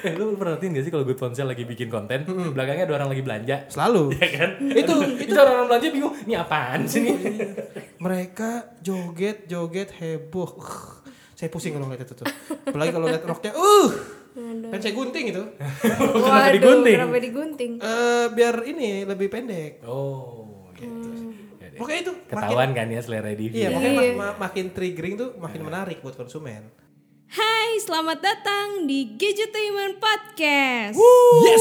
Lu perhatiin gak sih kalau gue ponsel lagi bikin konten, belakangnya ada orang lagi belanja. Selalu. Ya kan? Itu orang belanja bingung, ini apaan sih nih? Mereka joget heboh. Saya pusing kalau ngeliat itu tuh. Apalagi kalau lihat roknya, kan saya gunting itu. Kenapa digunting? Kenapa digunting? Biar ini lebih pendek. Oh, gitu. Pokoknya itu Ketahuan kan ya selera Divi. Iya, ya? makanya makin triggering tuh makin menarik buat konsumen. Hai, selamat datang di Gadgetainment Podcast. Yes.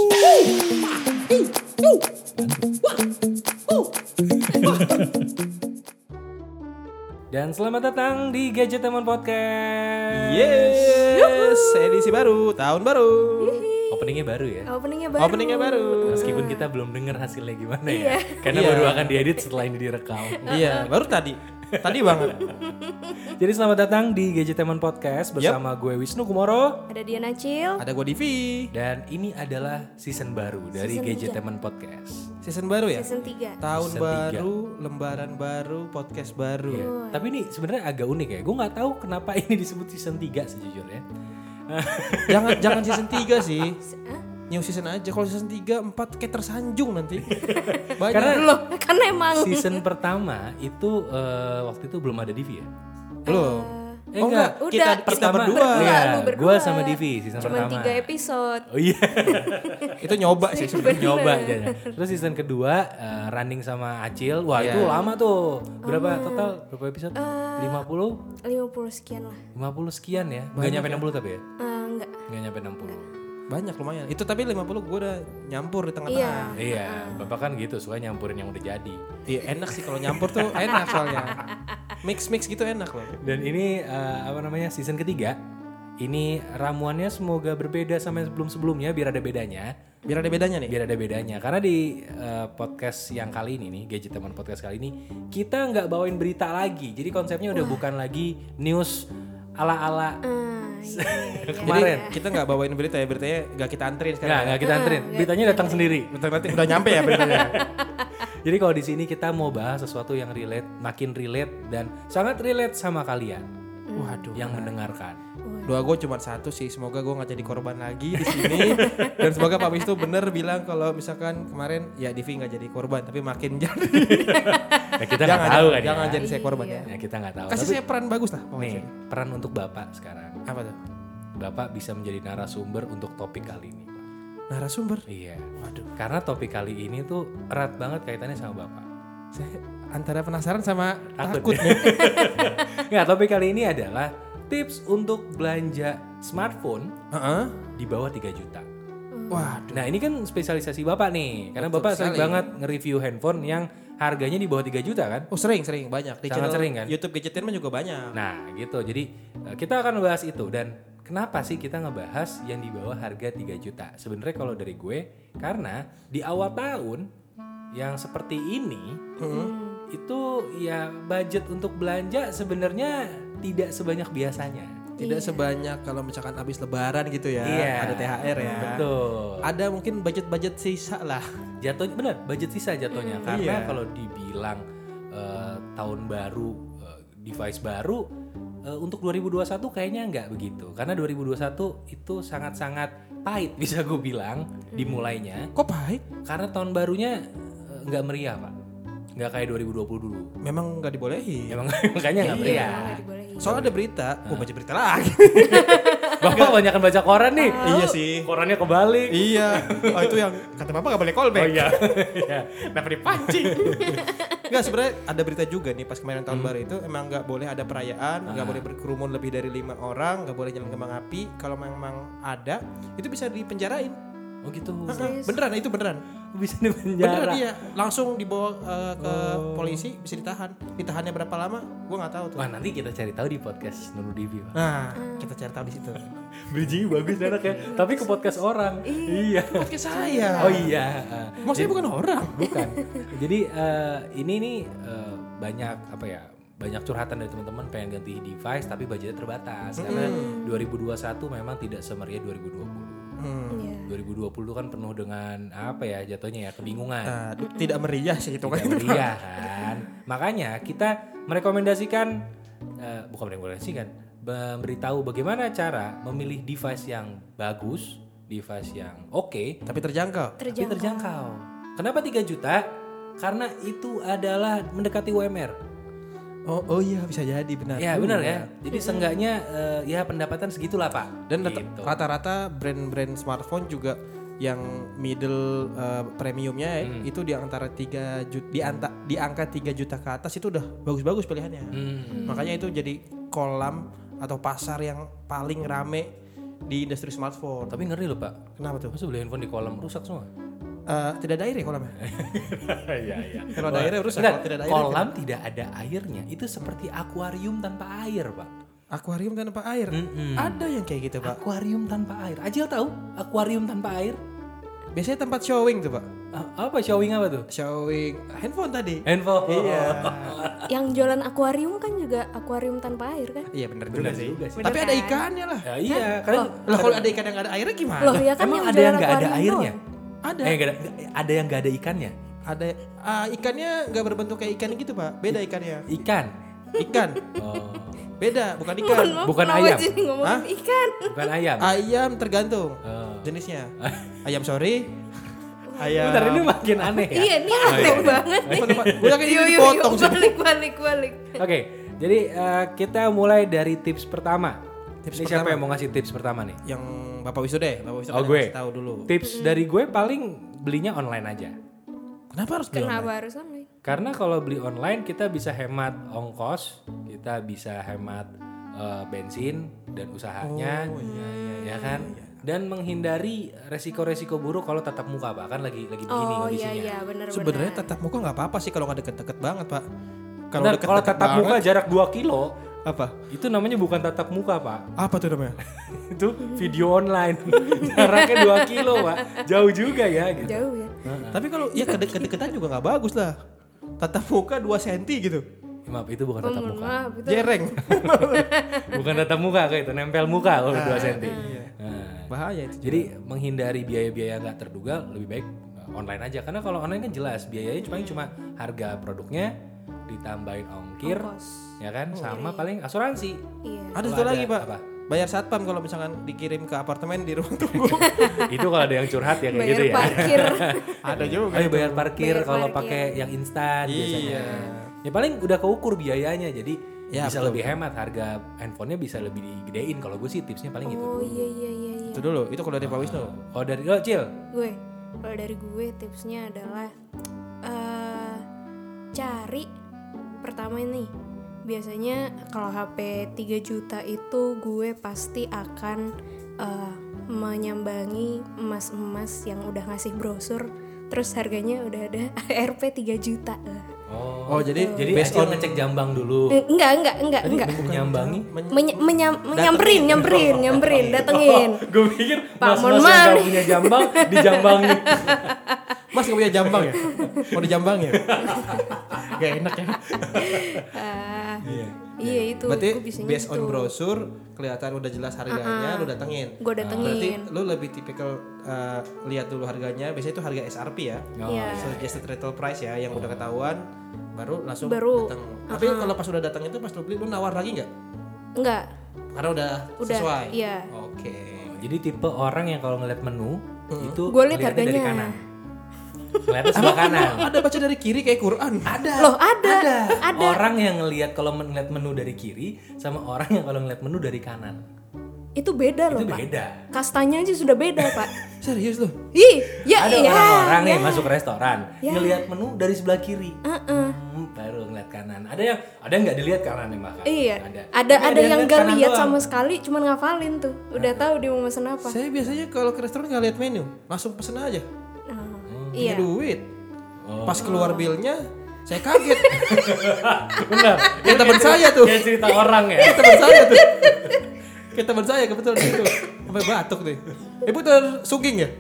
Dan selamat datang di Gadgetainment Podcast. Yes. Edisi baru, tahun baru. Openingnya baru ya. Openingnya baru. Meskipun kita belum dengar hasilnya gimana ya. Karena Iya. baru akan diedit setelah ini direkam. Iya, baru tadi. Tadi banget. Jadi selamat datang di Gadgetainment Podcast bersama gue Wisnu Kumoro. Ada Diana Cil. Ada gue Divi. Dan ini adalah season baru dari Season Gadgetainment Podcast. Season baru ya? Season 3. Tahun Season baru, lembaran baru, podcast baru. Iya. Tapi ini sebenarnya agak unik ya. Gue nggak tahu kenapa ini disebut season 3 sejujurnya. Jangan season 3 sih. New season aja. Kalau season 3, 4 kayak tersanjung nanti. Banyak. Karena emang Season pertama itu waktu itu belum ada Divi ya? belum. Enggak. udah Kita berdua. Lu Iya, berdua. gue sama Divi season Cuman pertama. 3 episode. Oh iya. Itu nyoba sih sebenarnya. Nyoba aja. Terus season kedua running sama Acil. Wah, itu lama tuh. Berapa total? Berapa episode? 50? 50 sekian lah. 50 sekian ya. Enggak nyampe 60 tapi ya? Enggak. Enggak nyampe 60. Banyak lumayan. Itu tapi 50 gue udah nyampur di tengah-tengah. Iya, Bapak kan gitu suka nyampurin yang udah jadi. Iya, enak sih kalau nyampur tuh enak soalnya. Mix gitu enak loh. Dan ini season ketiga. Ini ramuannya semoga berbeda sama yang sebelum-sebelumnya biar ada bedanya. Biar ada bedanya nih. Biar ada bedanya. Karena di podcast yang kali ini nih, Gadgetainment Podcast kali ini, kita nggak bawain berita lagi. Jadi konsepnya udah bukan lagi news ala-ala kemarin. Jadi kita nggak bawain berita ya, beritanya nggak kita anterin sekarang. Nggak kita anterin. Beritanya datang sendiri. Bentar nanti udah nyampe ya beritanya. Jadi kalau di sini kita mau bahas sesuatu yang relate, makin relate dan sangat relate sama kalian Waduh. yang mendengarkan. Doa gue cuma satu sih, semoga gue nggak jadi korban lagi di sini. Dan semoga Pak Wisnu bener bilang kalau misalkan kemarin ya Divi nggak jadi korban, tapi makin jadi. Ya, kita nggak tahu kan Jangan ya. jadi saya korban ya. Ya kita nggak tahu. Kasih Tapi saya peran bagus lah. Pak nih Wisnu. peran untuk Bapak sekarang. Apa tuh? Bapak bisa menjadi narasumber untuk topik kali ini. Narasumber. Iya. Waduh. Karena topik kali ini tuh erat banget kaitannya sama Bapak. Saya antara penasaran sama Takut. takut nih. Nggak, topik kali ini adalah tips untuk belanja smartphone di bawah 3 juta. Waduh. Nah ini kan spesialisasi Bapak nih. Karena Betul Bapak sering sekali. banget nge-review handphone yang harganya di bawah 3 juta kan. Oh sering banyak di Sangat channel sering, kan? YouTube Gadgetainment juga banyak. Nah gitu. Jadi kita akan membahas itu. Dan kenapa sih kita ngebahas yang di bawah harga 3 juta? Sebenarnya kalau dari gue, karena di awal tahun yang seperti ini itu ya budget untuk belanja sebenarnya tidak sebanyak biasanya. Tidak sebanyak kalau misalkan habis lebaran gitu ya. Iya. Ada THR ya. Betul. Ada mungkin budget sisa lah. Jatuhnya benar, budget sisa jatuhnya. Karena Iya. kalau dibilang tahun baru, device baru untuk 2021 kayaknya nggak begitu. Karena 2021 itu sangat-sangat pahit bisa gue bilang dimulainya. Kok pahit? Karena tahun barunya nggak meriah Pak. Nggak kayak 2020 dulu. Memang nggak dibolehin. Emang makanya nggak meriah. Soalnya ada berita. Baca berita lagi. Bapak kebanyakan baca koran nih. Iya sih. Korannya kebalik. Iya. Oh itu yang kata bapak nggak boleh callback. Oh iya. Iya. Kenapa dipancing? Nggak, sebenarnya ada berita juga nih pas kemarin tahun baru itu emang nggak boleh ada perayaan, nggak boleh berkerumun lebih dari 5 orang, nggak boleh nyalain kembang api. Kalau memang ada itu bisa dipenjarain. Oh gitu. Beneran itu beneran. Bisa di penjara. Beneran iya. Langsung dibawa ke polisi, bisa ditahan. Ditahannya berapa lama? Gua nggak tahu tuh. Wah nanti kita cari tahu di podcast Nunu Divi. Nah, kita cari tahu di situ. Bridging bagus enak ya. Tapi ke podcast orang. Iya. Podcast saya. Oh iya. Maksudnya bukan orang. Bukan. Jadi ini nih banyak apa ya? Banyak curhatan dari teman-teman pengen ganti device tapi budgetnya terbatas karena 2021 memang tidak semeriah 2020. 2020 kan penuh dengan apa ya jatuhnya ya kebingungan. Tidak meriah sih itu kan. Tidak meriah kan. Makanya kita merekomendasikan bukan merekomendasikan memberitahu bagaimana cara memilih device yang bagus, device yang oke, Tapi terjangkau. tapi terjangkau. Kenapa 3 juta? Karena itu adalah mendekati UMR. Oh iya bisa jadi benar. Ya benar ya. Jadi seenggaknya ya pendapatan segitulah Pak. Dan gitu. rata-rata brand-brand smartphone juga yang middle premiumnya itu di antara 3 juta di angka 3 juta ke atas itu udah bagus-bagus pilihannya. Makanya itu jadi kolam atau pasar yang paling rame di industri smartphone. Tapi ngeri loh Pak. Kenapa tuh? Masa beli handphone di kolam rusak semua? Tidak ada air ya kolamnya. Iya. Kalau ada airnya rusak. Enggak, Kalau tidak ada air, kolam tidak ada airnya. Itu seperti akuarium tanpa air Pak. akuarium tanpa air. Ada yang kayak gitu pak. Akuarium tanpa air. Ajil tahu akuarium tanpa air? Biasanya tempat showing tuh pak. Apa showing apa tuh? Showing handphone tadi. Handphone. Iya. Yang jualan akuarium kan juga akuarium tanpa air kan? Iya benar Benar juga sih. juga sih. Tapi Bener ada kan? ikannya lah. Ya, iya, karena Lah kalau ada ikan yang nggak ada airnya gimana? Loh ya kan emang yang ada jualan yang nggak ada akuarium airnya? doang. Ada. Ada yang nggak ada ikannya? Ada ikannya nggak berbentuk kayak ikan gitu pak. Beda ikannya. Ikan. Ikan. Oh, Beda bukan Mohon ikan. maaf, Bukan kenapa ayam. jadi ngomongin Hah? ikan? bukan ayam. Ayam tergantung Oh. jenisnya. Ayam sorry. Ayam. Bentar ini makin aneh ya. Iya, ini aneh banget. Gue yakin ini dipotong sih. Balik. Oke, jadi kita mulai dari tips pertama. Tips Ini siapa pertama. yang mau ngasih tips pertama nih? Yang Bapak Wisuda, Bapak Wisuda Oh, gue. kasih tahu dulu. Tips dari gue paling belinya online aja. Kenapa harus beli online? Kenapa harus online? Karena kalau beli online kita bisa hemat ongkos, kita bisa hemat bensin dan usahanya, ya kan? Dan menghindari resiko-resiko buruk kalau tatap muka Pak, kan lagi begini Oh kondisinya. iya benar-benar. Sebenarnya tatap muka nggak apa-apa sih kalau nggak deket-deket banget pak. Benar, kalau tatap muka jarak 2 kilo, apa? itu namanya bukan tatap muka Pak. Apa tuh namanya? Itu video online. Jaraknya 2 kilo Pak, jauh juga ya gitu. Jauh ya. Tapi kalau ya kedekatan juga nggak bagus lah. Tatap muka 2 cm gitu. Maaf, itu bukan tatap Mohon muka. maaf itu. Jereng. Bukan tatap muka kayak itu, nempel muka kalau 2 cm. Bahaya itu. Jadi menghindari biaya-biaya nggak terduga lebih baik online aja, karena kalau online kan jelas biayanya cuma harga produknya ditambahin ongkir, Ongkos. ya kan, sama paling asuransi. Iya. Ada Kalau satu ada lagi pak. apa? Bayar satpam kalau misalkan dikirim ke apartemen di ruang tunggu. Itu kalau ada yang curhat ya kayak Bayar gitu ya. parkir. Ada juga. Oh, iya, bayar parkir Bayar kalau parkir. pakai yang instan biasanya. Iya. Ya paling udah keukur biayanya, jadi Ya, bisa betul. lebih hemat, harga handphonenya bisa lebih digedein. Kalau gue sih tipsnya paling gitu. Oh iya. Itu dulu. Itu kalau dari Pak Wisnu. Kalau dari lo Cil, Gue, kalau dari gue tipsnya adalah cari pertama ini. Biasanya kalau HP 3 juta itu gue pasti akan menyambangi emas-emas yang udah ngasih brosur. Terus harganya udah ada Rp 3 juta. Oh, jadi based on ngecek jambang dulu. Enggak. Menyambangi. Nyamperin, datengin. Gue pikir Pak, mas-mas mohon yang maaf gak nih. punya jambang dijambangi. Mas nggak punya jambang ya? Mau dijambang ya? Gak enak ya. Iya itu. Berarti gue bisanya based on gitu. brosur kelihatan udah jelas harganya, lu datengin. Gue datengin. Berarti lu lebih tipikal lihat dulu harganya. Biasanya itu harga SRP ya. Iya. Suggested retail price ya, yang udah ketahuan baru langsung Baru. datang. Tapi kalau pas udah datang itu pas lu beli lu nawar lagi nggak? Enggak. Karena udah sesuai. Iya. Oke. Jadi tipe orang yang kalau ngeliat menu itu Gua liat ngeliatnya dari harganya. kanan. Ngeliatnya sebelah kanan. Ada baca dari kiri kayak Quran. Ada. Loh, ada. Orang yang ngelihat kalau ngeliat menu dari kiri sama orang yang kalau ngeliat menu dari kanan. Itu beda loh, Itu Pak. beda. Kastanya aja sudah beda, Pak. Serius lu? Ih, ya Ada iya. orang-orang nih ya. masuk restoran Ya. ngelihat menu dari sebelah kiri. Baru ngeliat kanan. Ada yang nggak dilihat kanan nih makan. Iya. Ada Ada yang ngeliat gak kanan lihat doang. sama sekali, cuman ngafalin tuh. Udah tahu dia mau pesen apa. Saya biasanya kalau ke restoran nggak lihat menu, langsung pesen aja. Iya. Punya duit. Pas keluar bilnya, saya kaget. Benar. Kayak teman saya tuh. Kayak cerita orang ya. Kayak teman saya tuh. Kayak teman saya kebetulan gitu. Sampai batuk nih. Ibu tersuging ya?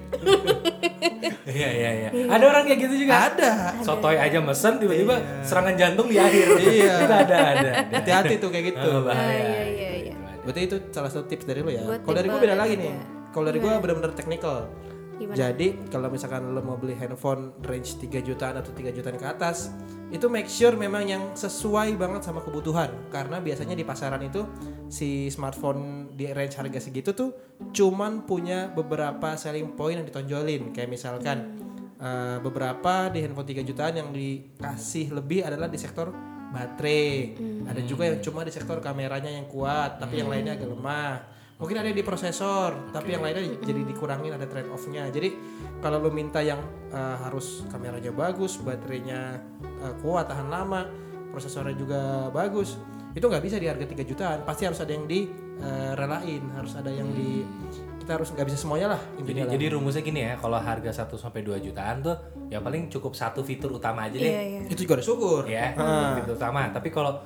Iya. Ada orang kayak gitu juga. Ada. Sotoy aja mesen tiba-tiba serangan jantung di akhir. Iya. Itu ada. Hati-hati tuh kayak gitu. Oh, bahaya. Iya. Berarti itu salah satu tips dari lo ya. Buat Kalau dari gue tipe beda lagi ada. nih. Kalau dari gue benar-benar technical. Gimana? Jadi kalau misalkan lo mau beli handphone range 3 jutaan atau 3 jutaan ke atas, itu make sure memang yang sesuai banget sama kebutuhan. Karena biasanya di pasaran itu si smartphone di range harga segitu tuh cuman punya beberapa selling point yang ditonjolin. Kayak misalkan beberapa di handphone 3 jutaan yang dikasih lebih adalah di sektor baterai. Ada juga yang cuma di sektor kameranya yang kuat, tapi yang lainnya agak lemah. Mungkin ada di prosesor, tapi yang lainnya jadi dikurangin, ada trade off-nya. Jadi kalau lo minta yang harus kameranya bagus, baterainya kuat, tahan lama, prosesornya juga bagus, itu nggak bisa di harga 3 jutaan. Pasti harus ada yang direlain, harus ada yang kita harus nggak bisa semuanya lah intinya lah. Jadi rumusnya gini ya, kalau harga 1 sampai 2 jutaan tuh ya paling cukup satu fitur utama aja deh. Iya. Itu juga udah syukur. Ya, fitur utama. Tapi kalau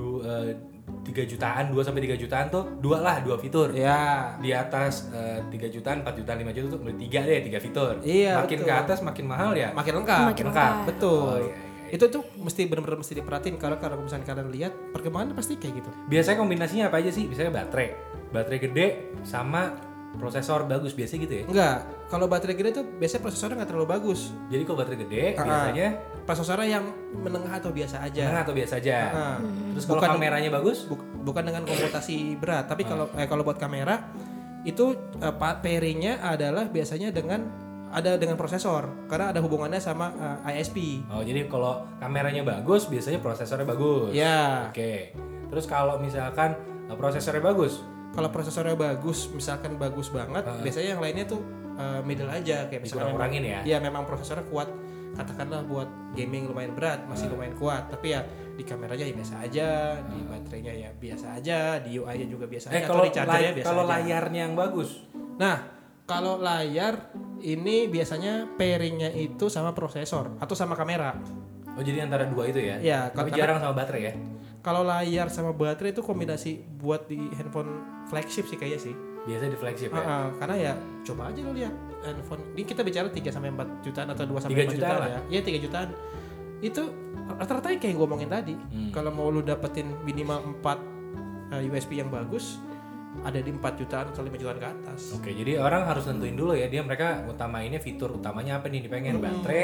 3 jutaan, 2 sampai 3 jutaan tuh dua fitur. Ya. Di atas 3 jutaan, 4 jutaan, 5 juta tuh beli 3 fitur. Iya, Makin betul. ke atas makin mahal ya. Makin lengkap. Makin lengkap. Betul. Oh, iya. Itu tuh mesti benar-benar mesti diperhatiin kalau misalnya kalian lihat perkembangannya pasti kayak gitu. Biasanya kombinasinya apa aja sih? Biasanya baterai gede sama prosesor bagus biasanya gitu ya. Enggak, kalau baterai gede tuh biasanya prosesornya nggak terlalu bagus. Jadi kalau baterai gede biasanya Prosesornya yang menengah atau biasa aja. menengah atau biasa aja. Terus kalau Bukan- kameranya bagus, Bukan dengan komputasi berat, tapi kalau buat kamera itu pairingnya adalah biasanya dengan prosesor karena ada hubungannya sama ISP. oh jadi kalau kameranya bagus biasanya prosesornya bagus. Ya. Oke. Terus kalau misalkan prosesornya bagus, Kalau prosesornya bagus, misalkan bagus banget, biasanya yang lainnya tuh middle aja kayak misalkan dikurang-kurangin ya. Iya, memang prosesornya kuat. Katakanlah buat gaming lumayan berat, masih lumayan kuat, tapi ya di kameranya ya biasa aja, di baterainya ya biasa aja, di UI-nya juga biasa aja, Kalau atau di chargernya biasa kalau aja. layarnya yang bagus, Nah, kalau layar ini biasanya pairingnya itu sama prosesor atau sama kamera. oh jadi antara dua itu ya. Iya, Tapi karena- jarang sama baterai ya. Kalau layar sama baterai itu kombinasi buat di handphone flagship sih kayaknya sih. Biasanya di flagship ya. Karena ya coba aja lo lihat handphone. Ini kita bicara 3 sampai 4 jutaan atau 2 sampai 3 4 jutaan jutaan lah. ya. Iya 3 jutaan. Itu rata-rata kayak yang gue omongin tadi. Kalau mau lu dapetin minimal 4 USB yang bagus, ada di 4 jutaan atau 5 jutaan ke atas. Oke, jadi orang harus nentuin dulu ya, mereka utamainnya fitur utamanya apa nih dipengen, baterai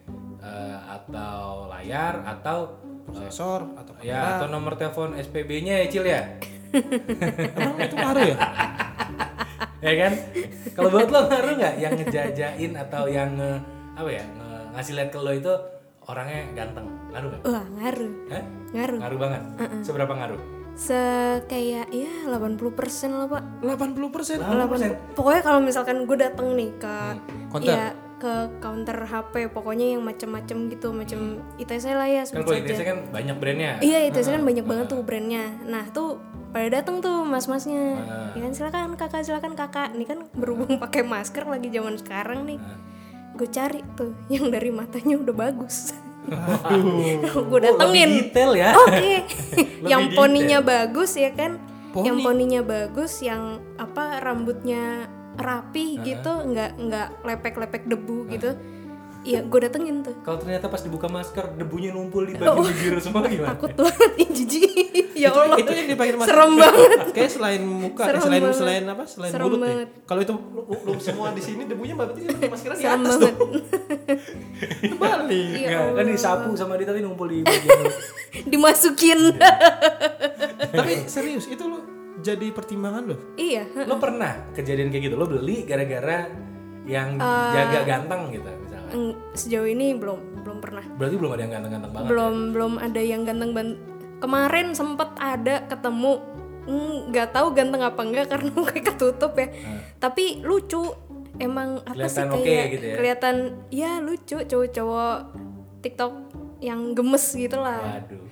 atau layar atau Prosesor atau kamera. ya atau nomor telepon SPB-nya ya Cil ya. Emang itu ngaruh ya? Ya kan? Kalau buat lo ngaruh nggak yang ngejajain atau yang ngasih lihat ke lo itu orangnya ganteng? Ngaruh nggak? Wah, ngaruh. Hah? Ngaruh. Ngaruh banget. Seberapa ngaruh? Kayak ya 80% lah, Pak. 80%. 80. Pokoknya kalau misalkan gue dateng nih ke Counter. ya ke counter HP, pokoknya yang macem-macem gitu, macem ITC lah ya, Kan sebut kalau saja. ITC kan banyak brandnya. Iya, ITC kan banyak banget tuh brandnya. Nah tuh pada datang tuh mas-masnya, ya kan silakan kakak. Ini kan berhubung pakai masker lagi zaman sekarang nih, gue cari tuh yang dari matanya udah bagus. Gue datengin. Lebih detail ya. Oke. Yang Lebih poninya bagus ya kan. Poni. Yang poninya bagus, yang rambutnya rapi gitu, nggak lepek-lepek debu gitu. Iya, gue datengin tuh. Kalau ternyata pas dibuka masker debunya numpul di bagian bibir semua gimana? Takut banget, ih, jijik. Ya Allah. Itu yang dipakai masker. Serem banget. Kayak selain muka, Serem selain banget. selain Serem mulut banget. nih. Kalau itu lu semua di sini debunya berarti pakai maskernya di Serem atas banget. tuh. Balik. Ya Enggak, kan Allah. disapu sama dia tapi numpul di bagian mulut. Dimasukin. Tapi serius itu lu jadi pertimbangan lo. Iya. Lo pernah kejadian kayak gitu? Lo beli gara-gara yang jaga ganteng gitu misalnya. Sejauh ini belum pernah. Berarti belum ada yang ganteng-ganteng banget. Belum ada yang ganteng kemarin sempet ada ketemu, nggak tahu ganteng apa enggak karena kayak ketutup ya. Tapi lucu, emang apa sih Kelihatan kayak oke gitu ya? kelihatan ya lucu, cowok-cowok TikTok yang gemes gitu lah. Waduh.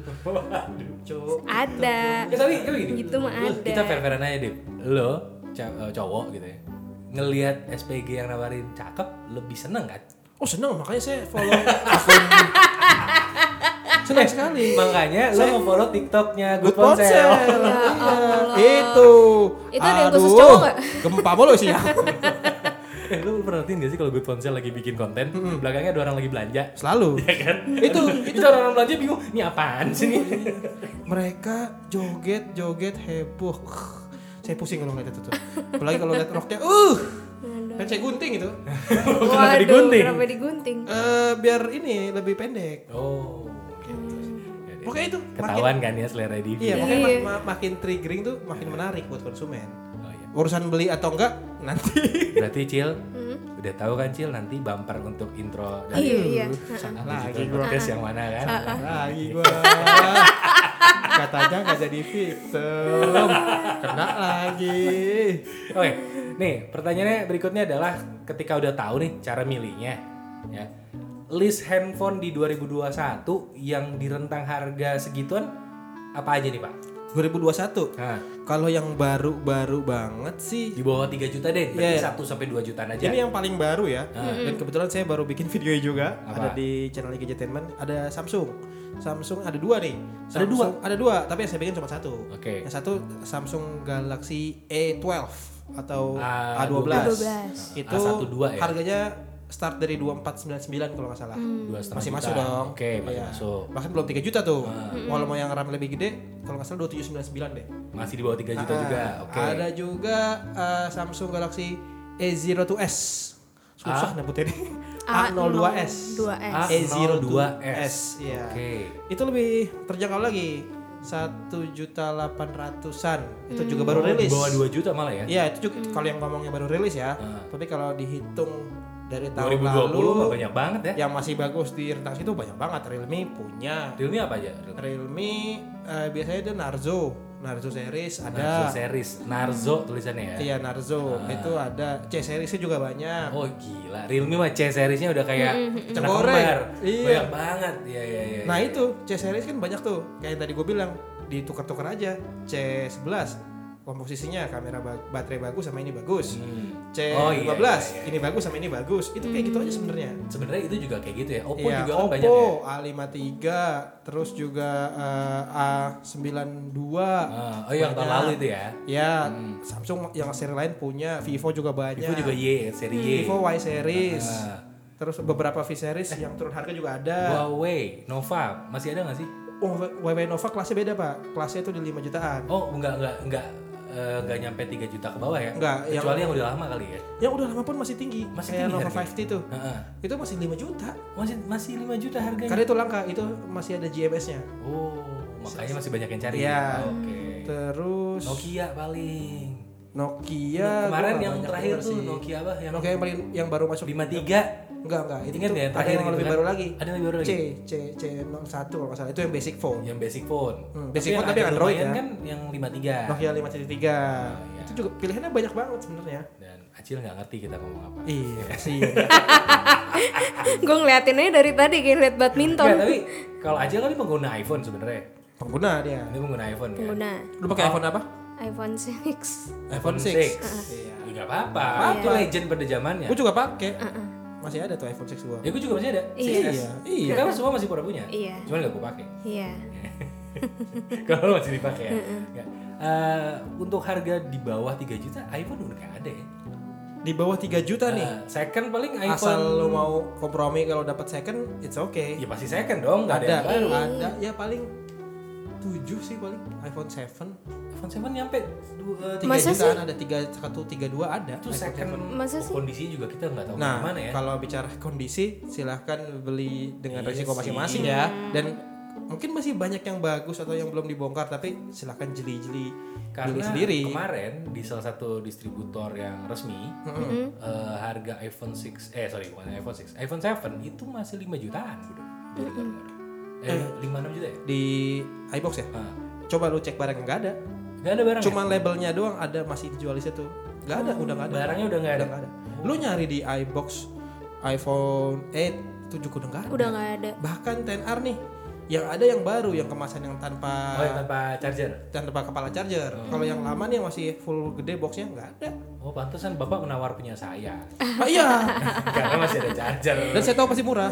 Ada. Ya, tapi gini. Gitu mah ada. Kita fair-fairan aja deh. Lo cowok gitu ya. Ngelihat SPG yang nawarin cakep lebih seneng kan? Oh seneng, makanya saya follow akun. Seneng sekali. Makanya lo mau follow TikToknya Good Good Ponsel. Ponsel. Itu. Itu ada yang khusus cowok nggak? Gempa mulu sih ya. Lo pernah perhatiin gak sih kalau Good Ponsel lagi bikin konten, belakangnya ada orang lagi belanja, Selalu. ya kan? Itu orang belanja bingung, ini apaan sih nih? mereka joget heboh. Saya pusing kalau ngeliat itu tuh. Apalagi kalau lihat roknya. PC gunting itu. Kenapa digunting? Kenapa digunting? Biar ini lebih pendek. Oh. Gitu. Pokoknya itu Ketahuan kan ya selera Divi. Iya, makanya makin triggering tuh makin menarik buat konsumen. Oh, iya. Urusan beli atau enggak nanti. Berarti Cil, udah tahu kan Cil nanti bumper untuk intro dan Iya. Salah lagi lagi gua. podcast yang mana kan? Salah lagi gua. Katanya nggak jadi victim. Kena lagi. Oke, nih pertanyaannya berikutnya adalah ketika udah tahu nih cara milihnya, ya, list handphone di 2021 yang di rentang harga segituan apa aja nih Pak? 2021. Nah, Kalau yang baru-baru banget sih di bawah 3 juta deh, berarti Iya. 1 sampai 2 jutaan aja. ini yang paling baru ya. Dan kebetulan saya baru bikin video juga. Apa? Ada di channel Gadgetainment. Ada Samsung. Samsung ada 2 nih. Ada dua? Ada 2, tapi yang saya bikin cuma 1. Oke. Yang satu Samsung Galaxy A12 atau A12. A12. Itu A12 ya? harganya start dari 2499 kalau nggak salah. 2,5 Masih juta. masuk dong. Oke, masih Iya. masuk. Bahkan belum 3 juta tuh. Walau mau yang RAM lebih gede, kalau nggak salah 2799 deh. Masih di bawah 3 juta juga. Oke. Ada juga Samsung Galaxy A02s. Susah nyebutnya nih. A02s. A02s. A02s. Iya. Oke. Itu lebih terjangkau lagi. 1.800.000-an. Itu juga baru rilis. Di bawah 2 juta malah ya? Iya, itu juga kalau yang ngomongnya baru rilis ya. Tapi kalau dihitung dari tahun 2020 lalu mah banyak banget ya. yang masih bagus di rentang situ banyak banget. Realme punya. Realme apa aja? Realme biasanya itu Narzo series ada. Narzo series, Narzo tulisannya ya. Iya Narzo, itu ada C seriesnya juga banyak. Oh gila, Realme mah C seriesnya udah kayak anak Goreng. kembar. Iya. Banyak banget. Iya. Nah itu C series kan banyak tuh, kayak yang tadi gue bilang ditukar-tukar aja. C11 komposisinya kamera baterai bagus sama ini bagus. C15 Oh, iya. ini bagus sama ini bagus. Itu kayak gitu aja sebenarnya. Sebenarnya itu juga kayak gitu ya. Oppo Iya, juga kan Oppo, banyak ya. A53, terus juga A92. Oh yang tahun lalu itu ya. Ya, Samsung yang seri lain punya, Vivo juga banyak. Vivo juga Y, seri Y. Vivo Y series. Ah. Terus beberapa V series yang turun harga juga ada. Huawei, Nova, masih ada nggak sih? Oh, Huawei Nova kelasnya beda, Pak. Kelasnya itu di 5 jutaan. Oh enggak nyampe 3 juta ke bawah ya? Enggak, Kecuali yang udah lama kali ya. Yang udah lama pun masih tinggi. Masih kayak tinggi Nova harganya? 5T tuh. Heeh. Itu masih 5 juta. Masih 5 juta harganya. Karena itu langka, itu masih ada GMS-nya. Oh, makanya masih banyak yang cari. Iya. Oke. Terus Nokia paling. Nokia Kemarin gua yang banyak terakhir denger tuh sih. Nokia apa? Yang Nokia yang baru masuk 53. Enggak. Itu Ingat tuh ya, ada terakhir yang gitu lebih kan? baru lagi. Ada yang lebih baru lagi? C01 kalau nggak salah. Itu yang basic phone. Yang basic phone. Basic phone yang tapi agak Android lumayan ya. kan yang 53. Nokia 5.3. iya. Itu juga pilihannya banyak banget sebenarnya. Dan Acil nggak ngerti kita ngomong apa. Iya sih. Gue ngeliatin aja dari tadi kayak liat badminton. Enggak, tapi kalau Acil kan dia pengguna iPhone sebenarnya. Pengguna dia. Dia pengguna iPhone kan. Pengguna Lu pakai iPhone apa? iPhone 6. iPhone 6. Ya nggak apa-apa. Itu legend pada zamannya. Gue juga pakai. Masih ada tuh iPhone 6 gua. Ya gue juga masih ada. Iya. 6S. Iya. Kita semua masih pada punya. Iya. Cuman nggak gue pakai. Iya. Kalau lo masih dipakai ya. Nggak. Untuk harga di bawah 3 juta iPhone udah nggak ada ya. Di bawah 3 juta nih. Second paling iPhone. Asal lu mau kompromi kalau dapat second, it's okay. Ya pasti second dong. Nggak ada yang baru. Ada. Ya paling 7 sih paling iPhone 7. iPhone 7 nyampe 3 Masa jutaan ada 3132 ada. itu iPhone second 7. Masa sih? kondisi juga kita nggak tahu Nah, gimana ya. kalau bicara kondisi, silahkan beli dengan Iya resiko sih. masing-masing ya. Dan mungkin masih banyak yang bagus atau yang belum dibongkar, tapi silahkan jeli-jeli beli Karena sendiri. kemarin di salah satu distributor yang resmi harga iPhone 6 bukan iPhone 6 iPhone 7 itu masih 5 jutaan udah dari luar. 5-6 juta ya? Di iBox ya. Coba lu cek barang nggak ada. Nggak ada barang. Cuma labelnya doang ada masih dijual di situ. Nggak ada, udah nggak ada. Barangnya udah nggak ada. Udah nggak ada. Lu nyari di iBox iPhone 8 itu juga udah nggak ada. Udah nggak ada. Bahkan 10R nih, yang ada yang baru, yang kemasan yang tanpa yang tanpa charger. tanpa kepala charger. Kalau yang lama nih yang masih full gede boxnya nggak ada. Oh pantesan bapak menawar punya saya. Ah, iya. Karena masih ada charger. Dan saya tahu pasti murah.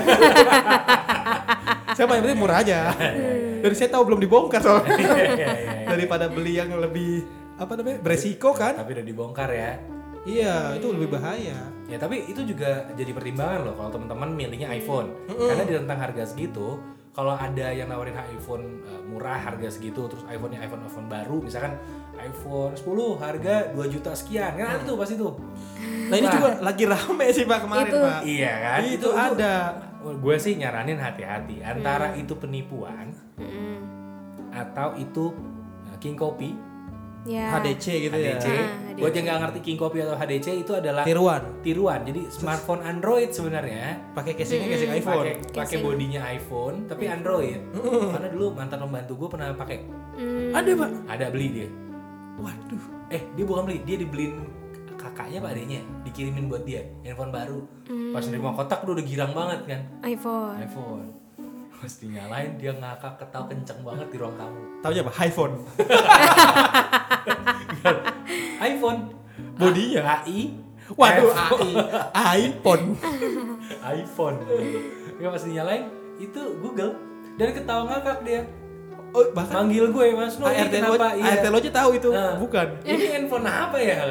Saya yang penting murah aja. Dan saya tahu belum dibongkar soalnya. Daripada beli yang lebih apa namanya beresiko kan? Tapi udah dibongkar ya. Iya, itu lebih bahaya. Ya tapi itu juga jadi pertimbangan loh kalau teman-teman milihnya iPhone. Karena di rentang harga segitu kalau ada yang nawarin iPhone murah harga segitu, terus iPhone baru, misalkan iPhone 10 harga 2 juta sekian, kan ada tuh pasti tuh. Nah ini juga lagi rame sih Pak kemarin Pak. Iya kan? Itu ada. Gue sih nyaranin hati-hati antara itu penipuan atau itu King Copy, HDC gitu ya. HDC. Buat yang nggak ngerti King Copy atau HDC itu adalah tiruan. Jadi smartphone Android sebenarnya pakai casingnya casing iPhone, pakai bodinya iPhone tapi Android. Karena dulu mantan pembantu gue pernah pakai. Ada Pak? Ada, beli dia. Waduh. Dia bukan beli, dia dibeliin kakaknya pak adeknya, dikirimin buat dia handphone baru. Pas nerima kotak udah girang banget kan. iPhone. Pas dinyalain dia ngakak ketawa kenceng banget di ruang tamu. Taunya apa? iPhone. iPhone. Bodinya AI. Waduh, iPhone. iPhone. Ya pas dinyalain itu Google dan ketawa ngakak dia. Oh, bahkan manggil gue Mas Nur. ART lo aja tahu itu. Bukan. Ini handphone apa ya?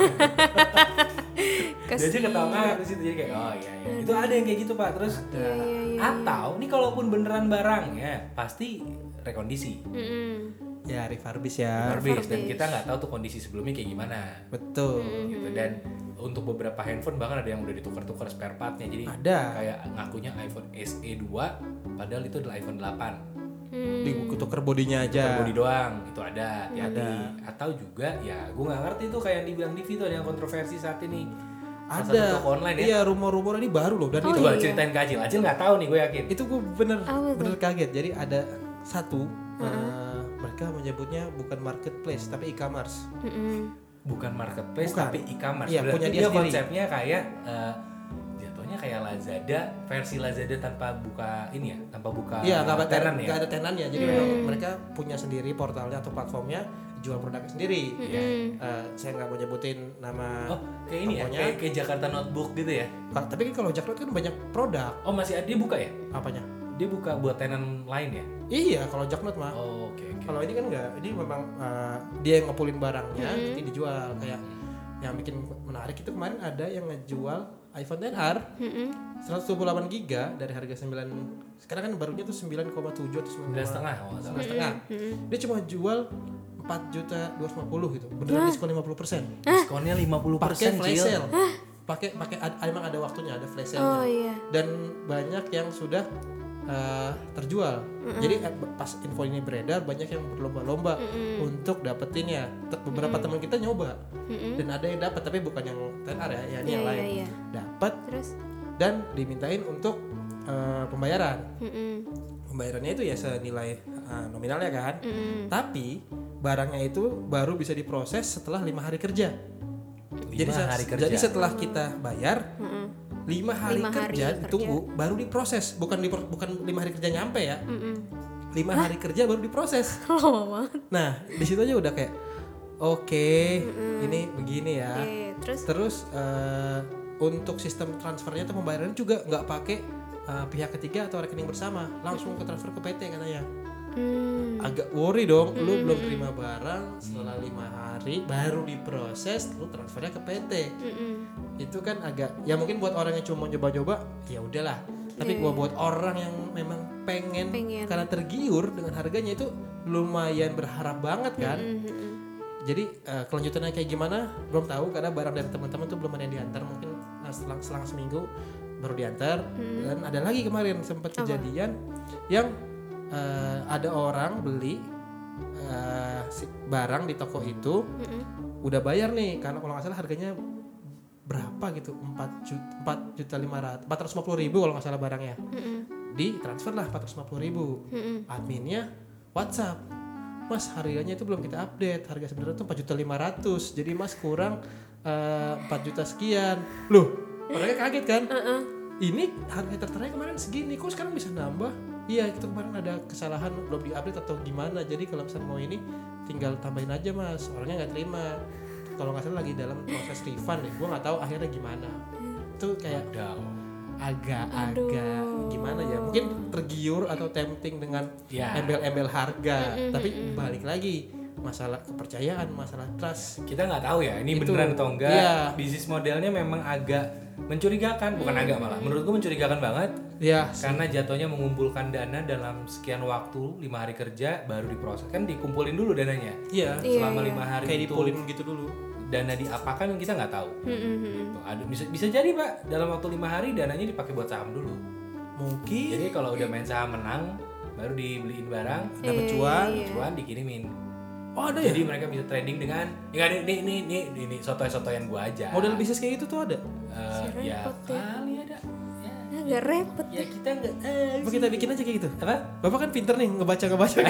Dia aja ketawa ngakak di situ, jadi kayak oh iya. Itu ada yang kayak gitu Pak. Terus atau nih kalaupun beneran barangnya pasti rekondisi. Ya refurbish ya. Dan kita nggak tahu tuh kondisi sebelumnya kayak gimana. Betul. Gitu. Dan untuk beberapa handphone bahkan ada yang udah ditukar-tukar spare partnya. Jadi ada. Kayak ngakunya iPhone SE 2 padahal itu adalah iPhone 8. Dituker bodinya aja. Tuker bodi doang itu ada. Atau juga ya gue nggak ngerti tuh kayak yang dibilang Divi tuh ada yang kontroversi saat ini. Ada toko online ya. Iya, rumor-rumor ini baru loh dan itu coba ceritain ke Acil nggak tahu nih, gue yakin. Itu gue bener kaget. Jadi ada satu mereka menyebutnya bukan marketplace tapi e-commerce. Bukan marketplace tapi e-commerce. Iya, punya dia sendiri. Konsepnya kayak jatuhnya kayak Lazada, versi Lazada tanpa buka ini ya, tanpa buka tenan ya. Nggak ada tenannya. Jadi memang mereka punya sendiri portalnya atau platformnya, jual produknya sendiri. Saya nggak mau nyebutin nama. Oh, kayak ini ya, kayak Jakarta Notebook gitu ya. Tapi kan kalau Jakarta kan banyak produk. Oh, masih ada, dia buka ya? Apanya? Dia buka buat tenan lain ya? Iya, kalau Jaknot mah. Oh, oke. Kalau ini kan enggak, ini memang dia yang ngepulin barangnya, nanti dijual. Kayak yang bikin menarik itu kemarin ada yang ngejual iPhone XR 128 GB dari harga 9, sekarang kan barunya tuh 9,7 atau 9,5. Dia cuma jual 4.250 gitu. Beneran diskon 50%. Diskonnya 50%. Pakai flash sale. Pakai emang ada waktunya, ada flash sale-nya. Dan banyak yang sudah terjual. Jadi pas info ini beredar banyak yang berlomba-lomba untuk dapetinnya. Beberapa teman kita nyoba dan ada yang dapat tapi bukan yang TNR ya, ini yang lain. Dapat dan dimintain untuk pembayaran. Pembayarannya itu ya senilai nominalnya kan. Tapi barangnya itu baru bisa diproses setelah 5 hari kerja. Jadi setelah kita bayar 5 hari kerja ditunggu baru diproses, bukan 5 hari kerja nyampe ya. 5 hari kerja baru diproses. Nah di situ aja udah kayak oke, ini begini ya. Terus untuk sistem transfernya atau pembayaran juga nggak pakai pihak ketiga atau rekening bersama, langsung ke transfer ke PT katanya. Agak worry dong, lu belum terima barang setelah 5 hari baru diproses, lu transfernya ke PT. Itu kan agak, ya mungkin buat orang yang cuma coba-coba ya udahlah. Tapi buat orang yang memang pengen karena tergiur dengan harganya itu lumayan berharap banget kan. Jadi kelanjutannya kayak gimana belum tahu karena barang dari teman-teman tuh belum ada yang diantar, mungkin selang seminggu baru diantar. Dan ada lagi kemarin sempat kejadian yang ada orang beli barang di toko itu, udah bayar nih karena kalau nggak salah harganya berapa gitu, 4.550.000 kalau nggak salah barangnya. Di transfer lah 450.000. Adminnya WhatsApp, Mas harganya itu belum kita update, harga sebenarnya tuh 4.500.000, jadi Mas kurang 4 juta sekian. Loh, orangnya kaget kan? Ini harga terteranya kemarin segini, kok sekarang bisa nambah? Iya, itu kemarin ada kesalahan belum diupdate atau gimana. Jadi kalau misalnya mau ini tinggal tambahin aja Mas. Orangnya nggak terima. Kalau nggak salah lagi dalam proses refund deh. Gue nggak tahu akhirnya gimana. Itu kayak agak-agak gimana ya? Mungkin tergiur atau tempting dengan embel-embel harga. Tapi balik lagi masalah kepercayaan, masalah trust. Kita nggak tahu ya ini Itu, beneran atau enggak. iya. Bisnis modelnya memang agak mencurigakan, bukan agak malah. Menurut gue mencurigakan banget. Ya, Karena jatuhnya mengumpulkan dana dalam sekian waktu 5 hari kerja baru diproses, kan dikumpulin dulu dananya. iya. Selama 5 hari Kayak itu dipulin gitu dulu. dana diapakan kita nggak tahu. Gitu. Ada bisa jadi Pak dalam waktu 5 hari dananya dipakai buat saham dulu. Mungkin Jadi kalau udah main saham menang baru dibeliin barang, dapat cuan. cuan dikirimin. Oh, ada ya? Jadi mereka bisa trading dengan ya ini sotoy-sotoyan gua aja. Model bisnis kayak gitu tuh ada. Ya repot ya. kali ada. Ya, Agak repot. ya kita nggak Apa kita bikin aja kayak gitu? apa? Bapak kan pinter nih ngebaca gitu.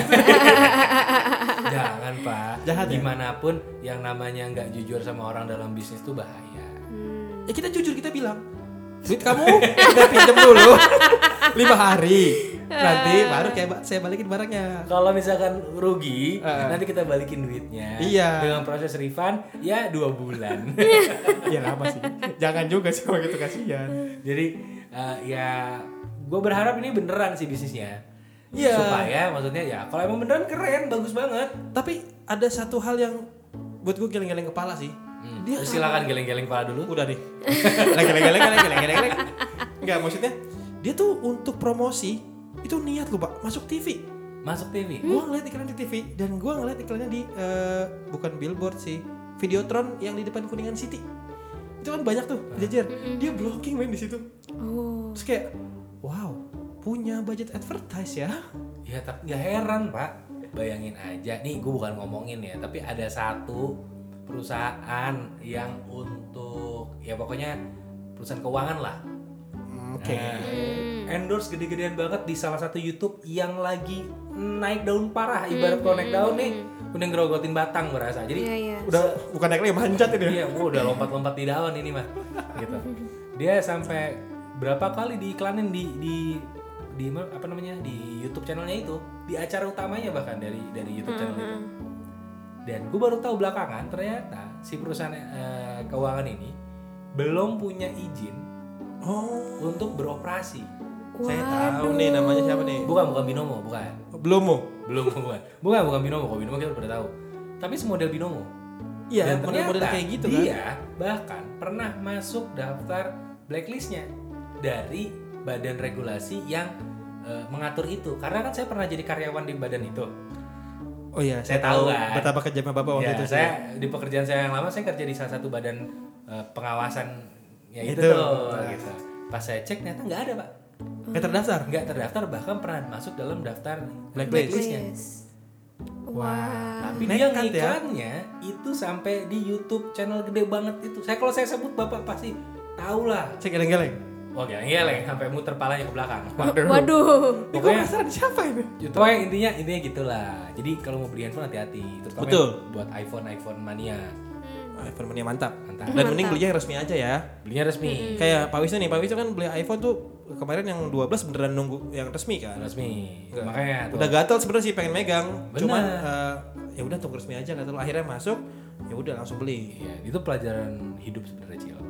Jangan Pak. Jahat ya? Gimanapun yang namanya nggak jujur sama orang dalam bisnis tuh bahaya. Ya kita jujur, kita bilang duit kamu udah pinjam dulu 5 hari. Nanti baru kayak saya balikin barangnya. Kalau misalkan rugi, nanti kita balikin duitnya. Iya. Dengan proses refund ya 2 bulan. Iya lama sih. Jangan juga sih kalau gitu, kasihan. Jadi ya gue berharap ini beneran sih bisnisnya. Iya. Supaya maksudnya ya kalau emang beneran keren, bagus banget. Tapi ada satu hal yang buat gue geleng-geleng kepala sih. Dia Terus silakan geleng-geleng kepala dulu. udah nih. Geleng-geleng. Enggak, maksudnya dia tuh untuk promosi itu niat loh Pak, masuk TV. Masuk TV. Gue ngeliat iklan di TV dan gue ngeliat iklannya di bukan billboard sih, Videotron yang di depan Kuningan City. Itu kan banyak tuh jajar. Dia blocking main di situ. Oh. Terus kayak wow, punya budget advertise ya. Ya tapi nggak heran Pak. Bayangin aja nih, gue bukan ngomongin ya, tapi ada satu perusahaan yang untuk ya pokoknya perusahaan keuangan lah. Oke. Endorse gede-gedean banget di salah satu YouTube yang lagi naik daun parah, ibarat kalau naik daun nih udah ngerogotin batang berasa. Jadi Iya. Udah bukan naik lagi, manjat ini. iya, gua udah lompat-lompat di daun ini mah. Gitu. Dia sampai berapa kali diiklanin di apa namanya? Di YouTube channelnya itu, di acara utamanya bahkan dari YouTube channel itu. Dan gue baru tahu belakangan ternyata si perusahaan keuangan ini belum punya izin untuk beroperasi. Saya tahu nih namanya siapa nih. Bukan Binomo, bukan. Belum mau. Bukan Binomo. Kalau Binomo kita udah tahu. Tapi semodel Binomo. Iya, Dan model-model ternyata kayak gitu kan. dia bahkan pernah masuk daftar blacklistnya dari badan regulasi yang mengatur itu. Karena kan saya pernah jadi karyawan di badan itu. Oh iya, Saya tahu kan. betapa kejamnya Bapak waktu Ya, itu. saya di pekerjaan saya yang lama saya kerja di salah satu badan pengawasan ya itu Itu. tuh. Gitu. Pas saya cek ternyata nggak ada Pak. terdaftar. Nggak terdaftar, bahkan pernah masuk dalam daftar Blacklist. blacklistnya. Wah. Tapi dia Nekat ya. ngiklannya itu sampai di YouTube channel gede banget itu. Kalau saya sebut Bapak pasti tahu lah. Cek geleng-geleng. Oh geleng-geleng sampai muter palanya ke belakang. Waduh. Ini gue Pokoknya penasaran siapa ini? pokoknya intinya gitulah. Jadi kalau mau beli handphone hati-hati, terutama Betul. buat iPhone mania. iPhone mania mantap. Mantap. Dan mending belinya yang resmi aja ya. Belinya resmi. Kayak Pak Wisnu nih, Pak Wisnu kan beli iPhone tuh kemarin yang 12 beneran nunggu yang resmi kan. Resmi. Makanya tuh. Udah gatel sebenarnya sih pengen megang. Bener. Cuman ya udah tunggu resmi aja gatel. Akhirnya masuk, ya udah langsung beli. Iya, itu pelajaran hidup sebenarnya Cil.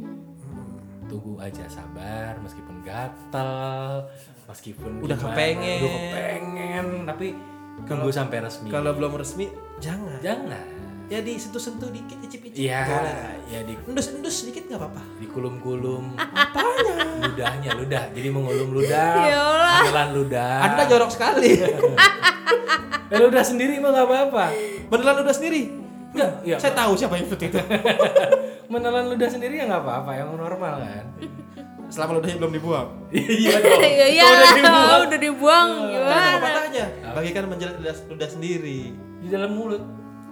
Tunggu aja, sabar meskipun gatel, meskipun Udah gimana, kepengen. udah kepengen, tapi tunggu sampai resmi. Kalau belum resmi jangan. Jangan. Ya disentuh-sentuh dikit, icip-icip. Iya, Boleh. ya Endus-endus dikit nggak apa-apa. dikulum-kulum. Apanya? Ludah. Jadi mengulum ludah, Ya Allah. menelan ludah. Anda jorok sekali. Ludah sendiri mah nggak apa-apa. Menelan udah sendiri. Enggak, ya. Saya tahu siapa yang ikut itu. Menelan ludah sendiri ya nggak apa-apa, yang normal kan. Selama ludahnya belum dibuang. Iya dong. Iya, udah dibuang Nah, gimana? patahnya. Bagikan menjelat ludah sendiri. Di dalam mulut.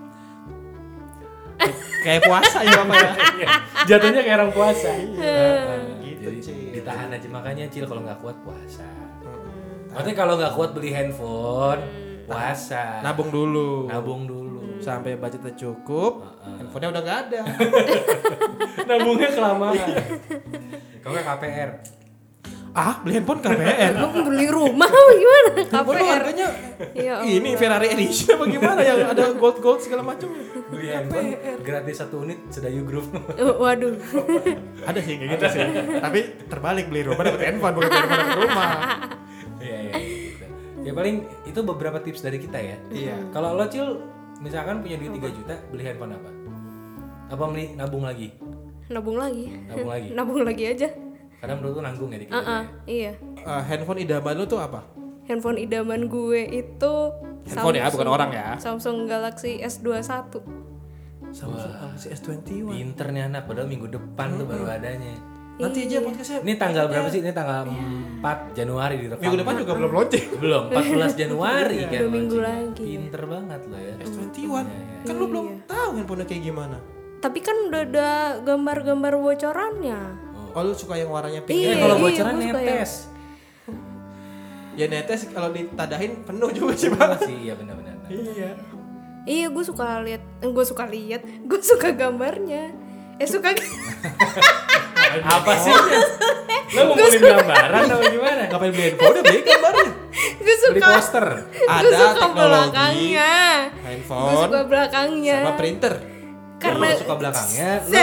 Kayak puasa ya Bapak ya. Jatuhnya kayak orang puasa. Gitu, Jadi Cil. ditahan aja, makanya Cil kalau nggak kuat puasa. Maksudnya kalau nggak kuat beli handphone, puasa. Nabung dulu. Nabung dulu. Sampai budgetnya cukup, handphonenya udah nggak ada. Nabungnya kelamaan. Kalau nggak KPR. Ah, beli handphone KPR. Lu beli rumah apa gimana? Handphone lu KPR. harganya Ya ini Ferrari edition apa gimana yang ada gold segala macam. Beli handphone gratis 1 unit Sedayu Group. Waduh. Ada sih kayak gitu sih. Tapi terbalik beli rumah dapat handphone bukan beli handphone dapat rumah. Iya. Gitu. Ya paling itu beberapa tips dari kita ya. Iya. Kalau lo Cil misalkan punya duit 3 juta, beli handphone apa? Apa beli nabung lagi? Nabung lagi. Nabung lagi. Nabung lagi aja. Karena menurut lu nanggung ya dikit. Iya. Handphone idaman lu tuh apa? Handphone idaman gue itu Handphone ya, bukan orang ya. Samsung Galaxy S21. Samsung Galaxy S21. Pinter nih anak, padahal minggu depan tuh baru adanya. Nanti aja podcastnya. Ini tanggal berapa sih? Ini tanggal 4 Januari direkam. Minggu depan juga belum launching. Belum, 14 Januari kan. 2 minggu launching. lagi. Pinter banget lo ya. S21. Kan lu belum tahu handphone kayak gimana. Tapi kan udah ada gambar-gambar bocorannya. Oh, lu suka yang warnanya pink? Iya, Kalau iya, bocoran gue suka netes. Ya netes kalau ditadahin penuh juga sih, Pak. Sih, iya benar-benar. Iya. Iya, gue suka suka gambarnya. Suka Apa sih? Lo ngumpulin gambaran atau gimana? Ngapain beli handphone? Udah beli gambarnya. gue suka Beli poster. gue Ada suka teknologi, belakangnya. Gue handphone, suka belakangnya. sama printer. Karena Kalau suka belakangnya, lu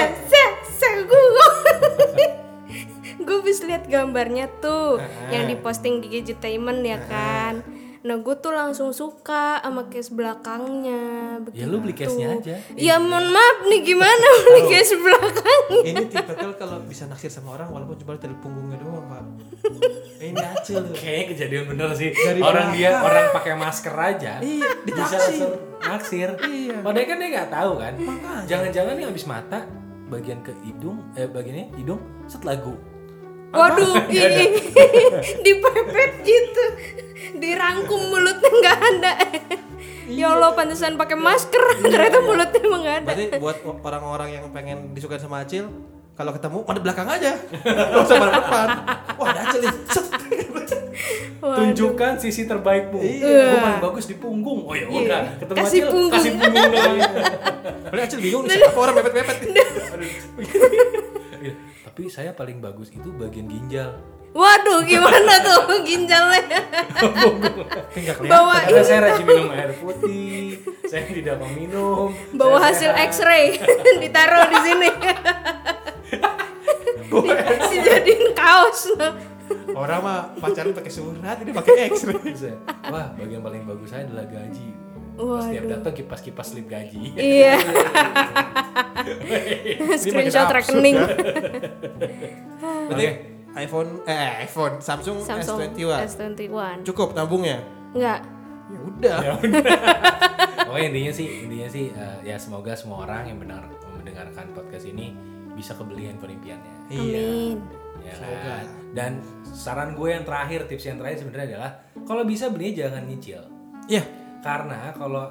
gue bisa lihat gambarnya tuh yang diposting di Gadgetainment ya kan. Nah gue tuh langsung suka sama case belakangnya. ya lu beli case-nya aja. Ya mohon maaf nih gimana beli case belakangnya. Ini tipikal kalau bisa naksir sama orang walaupun cuma dari punggungnya doang, Pak. Ini acil. Kayaknya kejadian bener sih. Dari orang pakai masker aja. Iya, Bisa ditaksir. langsung naksir. Iya. Padahal kan dia nggak tahu kan. Makanya. Jangan-jangan nih habis mata bagian ke hidung, bagiannya hidung set lagu. Waduh, ini dipepet gitu, dirangkum mulutnya nggak ada. Ya Allah, pantesan pakai masker, ternyata mulutnya emang nggak ada. Berarti buat orang-orang yang pengen disukai sama Acil, kalau ketemu madep belakang aja. Gak usah madep depan. Wah, ada Acil nih. Set. Tunjukkan sisi terbaikmu. Iya. Gue paling bagus di punggung. Oh ya udah, ketemu Kasih Acil, punggung. kasih punggung dong. Padahal Acil bingung nih siapa orang mepet-mepet. Iya, tapi saya paling bagus itu bagian ginjal. Waduh, gimana tuh ginjalnya? Enggak kelihatan. Bawa Karena saya rajin minum air putih, saya tidak meminum. bawa saya hasil sehat. X-ray ditaruh di sini. Dijadiin kaos. Orang mah pacaran pakai surat, ini pakai X-ray. Bisa. Wah, bagian paling bagus saya adalah gaji. Pas tiap datang kipas-kipas slip gaji. Iya. Ini Screenshot makin rekening. Berarti iPhone Samsung S21. S21. Cukup nabungnya? Enggak. Ya udah. Pokoknya intinya sih ya semoga semua orang yang mendengarkan podcast ini bisa kebeli handphone impiannya. Amin. Ya Semoga. kan? Dan saran gue yang terakhir, tips yang terakhir sebenarnya adalah kalau bisa belinya jangan nyicil. Iya. Karena kalau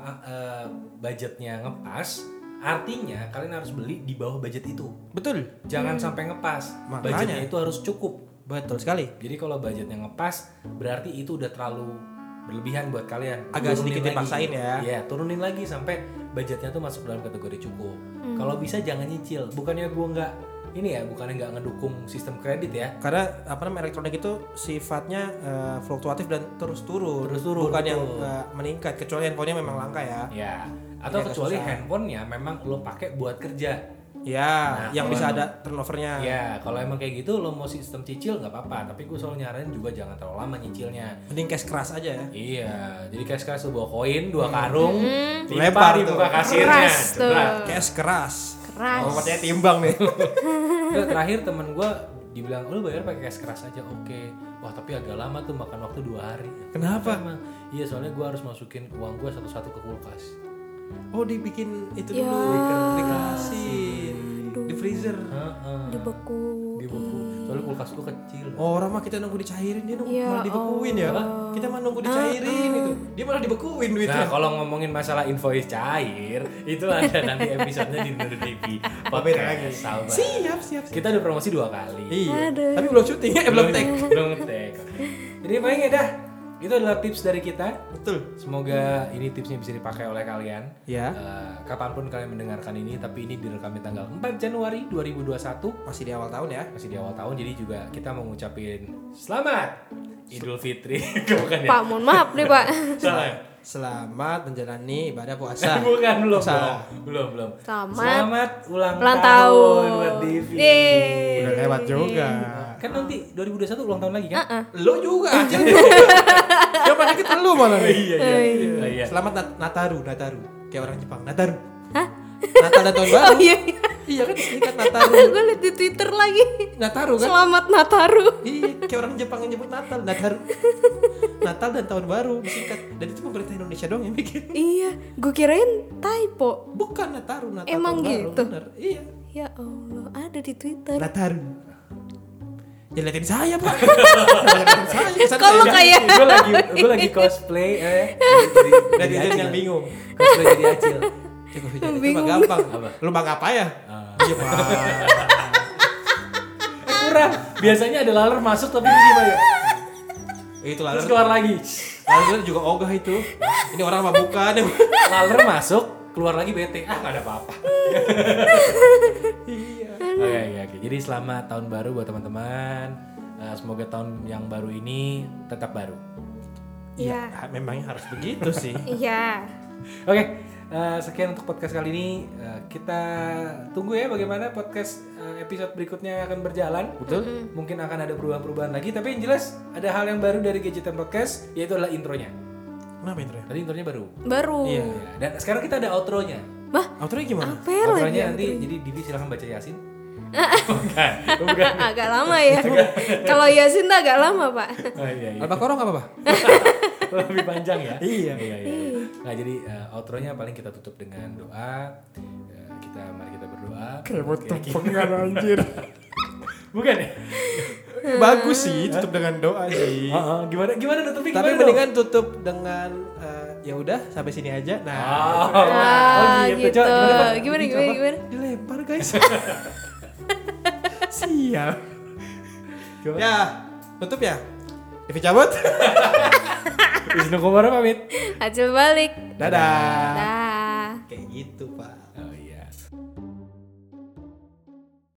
budgetnya ngepas, artinya kalian harus beli di bawah budget itu. Betul. Jangan sampai ngepas. Makanya. Budgetnya itu harus cukup. Betul sekali. Jadi kalau budgetnya ngepas, berarti itu udah terlalu berlebihan buat kalian. Agak Turunin sedikit lagi. dipaksain ya. Iya, turunin lagi sampai budgetnya tuh masuk dalam kategori cukup. Kalau bisa jangan nyicil. Bukannya gue bukannya nggak ngedukung sistem kredit ya. Karena elektronik itu sifatnya fluktuatif dan terus turun. Terus-turun, Bukan betul. yang meningkat kecuali handphonenya memang langka ya. Ya. Atau agak kecuali susah. handphonenya memang lo pakai buat kerja. Ya, Nah, yang kalau bisa emang- ada turnovernya. Ya, kalau emang kayak gitu lo mau sistem cicil nggak apa-apa. Tapi gue selalu nyaranin juga jangan terlalu lama nyicilnya. Mending cash keras aja ya. Iya, jadi cash lo bawa koin 2 karung, Lempar lempar di tuh. muka kasirnya. Keras tuh. Jebrak. Cash keras. Keras. Oh, katanya timbang nih. Terus terakhir temen gue dibilang lu bayar pakai cash keras aja. Oke. Wah tapi agak lama tuh, makan waktu 2 hari. Kenapa? Emang. Iya soalnya gue harus masukin uang gue satu-satu ke kulkas. Oh, dibikin itu Ya. dulu. Dikasih. Di freezer. Heeh. Dibeku. Dibeku. Soalnya kulkas gue kecil. Oh, orang mah kita nunggu dicairin, dia nunggu Ya malah dibekuin ya. Kita mah nunggu dicairin itu. Dia malah dibekuin duitnya. Nah kalau ngomongin masalah invoice cair itu ada nanti episodenya di Nur TV Beda lagi. podcast. Sahabat. Siap. Kita udah promosi 2 kali. Iya. Aduh. Tapi belum syuting, belum tag. Belum nge-tag. Jadi paling ya dah. Itu adalah tips dari kita. Betul. Semoga ini tipsnya bisa dipakai oleh kalian. Ya. Kapanpun kalian mendengarkan ini, tapi ini direkam di tanggal 4 Januari 2021. Masih di awal tahun ya. Masih di awal tahun, jadi juga kita mau ngucapin selamat Idul Fitri. Bukan ya? Pak, mohon maaf nih Pak. Salah ya? Selamat menjalani ibadah puasa. Bukan, belum. Salah. Belum. Selamat ulang ulang tahun tahun. buat Divi. Yeay. Udah lewat juga. Kan nanti 2021 ulang tahun lagi kan? Lo juga anjir. Yang paling dikit lu malah nih. Iya. Selamat Nataru. kayak orang Jepang. Nataru. Hah? Natal dan tahun baru. Oh iya. Iya kan disingkat Nataru. Gue liat di Twitter lagi. Nataru kan? Selamat Nataru. Iya, kayak orang Jepang yang nyebut Natal, Nataru. Natal dan tahun baru disingkat. Dan itu pemerintah Indonesia doang yang bikin. Iya, gue kirain typo. Bukan Nataru, Natal Emang tahun gitu? baru. Bener. Iya. Ya Allah, ada di Twitter. Nataru. Ya liatin saya, Pak. Liatin saya. Kesan Kalau saya. kayak gue lagi cosplay Dari yang bingung. cosplay jadi acil. Itu mah gampang. Lu mah apa ya? Iya, Pak. Kurang. Biasanya ada laler masuk tapi ini gimana? Itu Terus lalu. keluar lagi. Lalu juga ogah itu. Ini orang mah bukan. Laler masuk, keluar lagi bete. Ah, nggak ada apa-apa. Iya. Oke. Jadi selamat tahun baru buat teman-teman. Semoga tahun yang baru ini tetap baru. Iya. Ya, memangnya harus begitu sih. Iya. Oke, sekian untuk podcast kali ini. Kita tunggu ya bagaimana podcast episode berikutnya akan berjalan. Betul. Mungkin akan ada perubahan-perubahan lagi. Tapi yang jelas ada hal yang baru dari Gadgetan Podcast, yaitu adalah intronya. Kenapa intro? Tadi intronya baru. Baru. Iya. Ya, dan sekarang kita ada outronya. Bah, Outronya gimana? apa ya lagi? Outronya nanti jadi Divi silahkan baca Yasin. Bukan. Agak lama ya. Kalau Yasin tuh agak lama, Pak. Oh, iya. Al-Baqarah enggak apa-apa? Lebih panjang ya. Iya. Nah jadi outronya paling kita tutup dengan doa. Mari kita berdoa. Kepengen anjir. Bukan ya? Bagus sih tutup dengan doa sih. Gimana nutupnya? Tapi gimana mendingan tutup dengan ya udah sampai sini aja. Nah, Gitu. Coba, Gimana? dilempar guys. Siap. Coba. Ya, tutup ya. Devi cabut. Wisnu Kumara pamit. Acil balik. Dadah. Dah. Kayak gitu, Pak.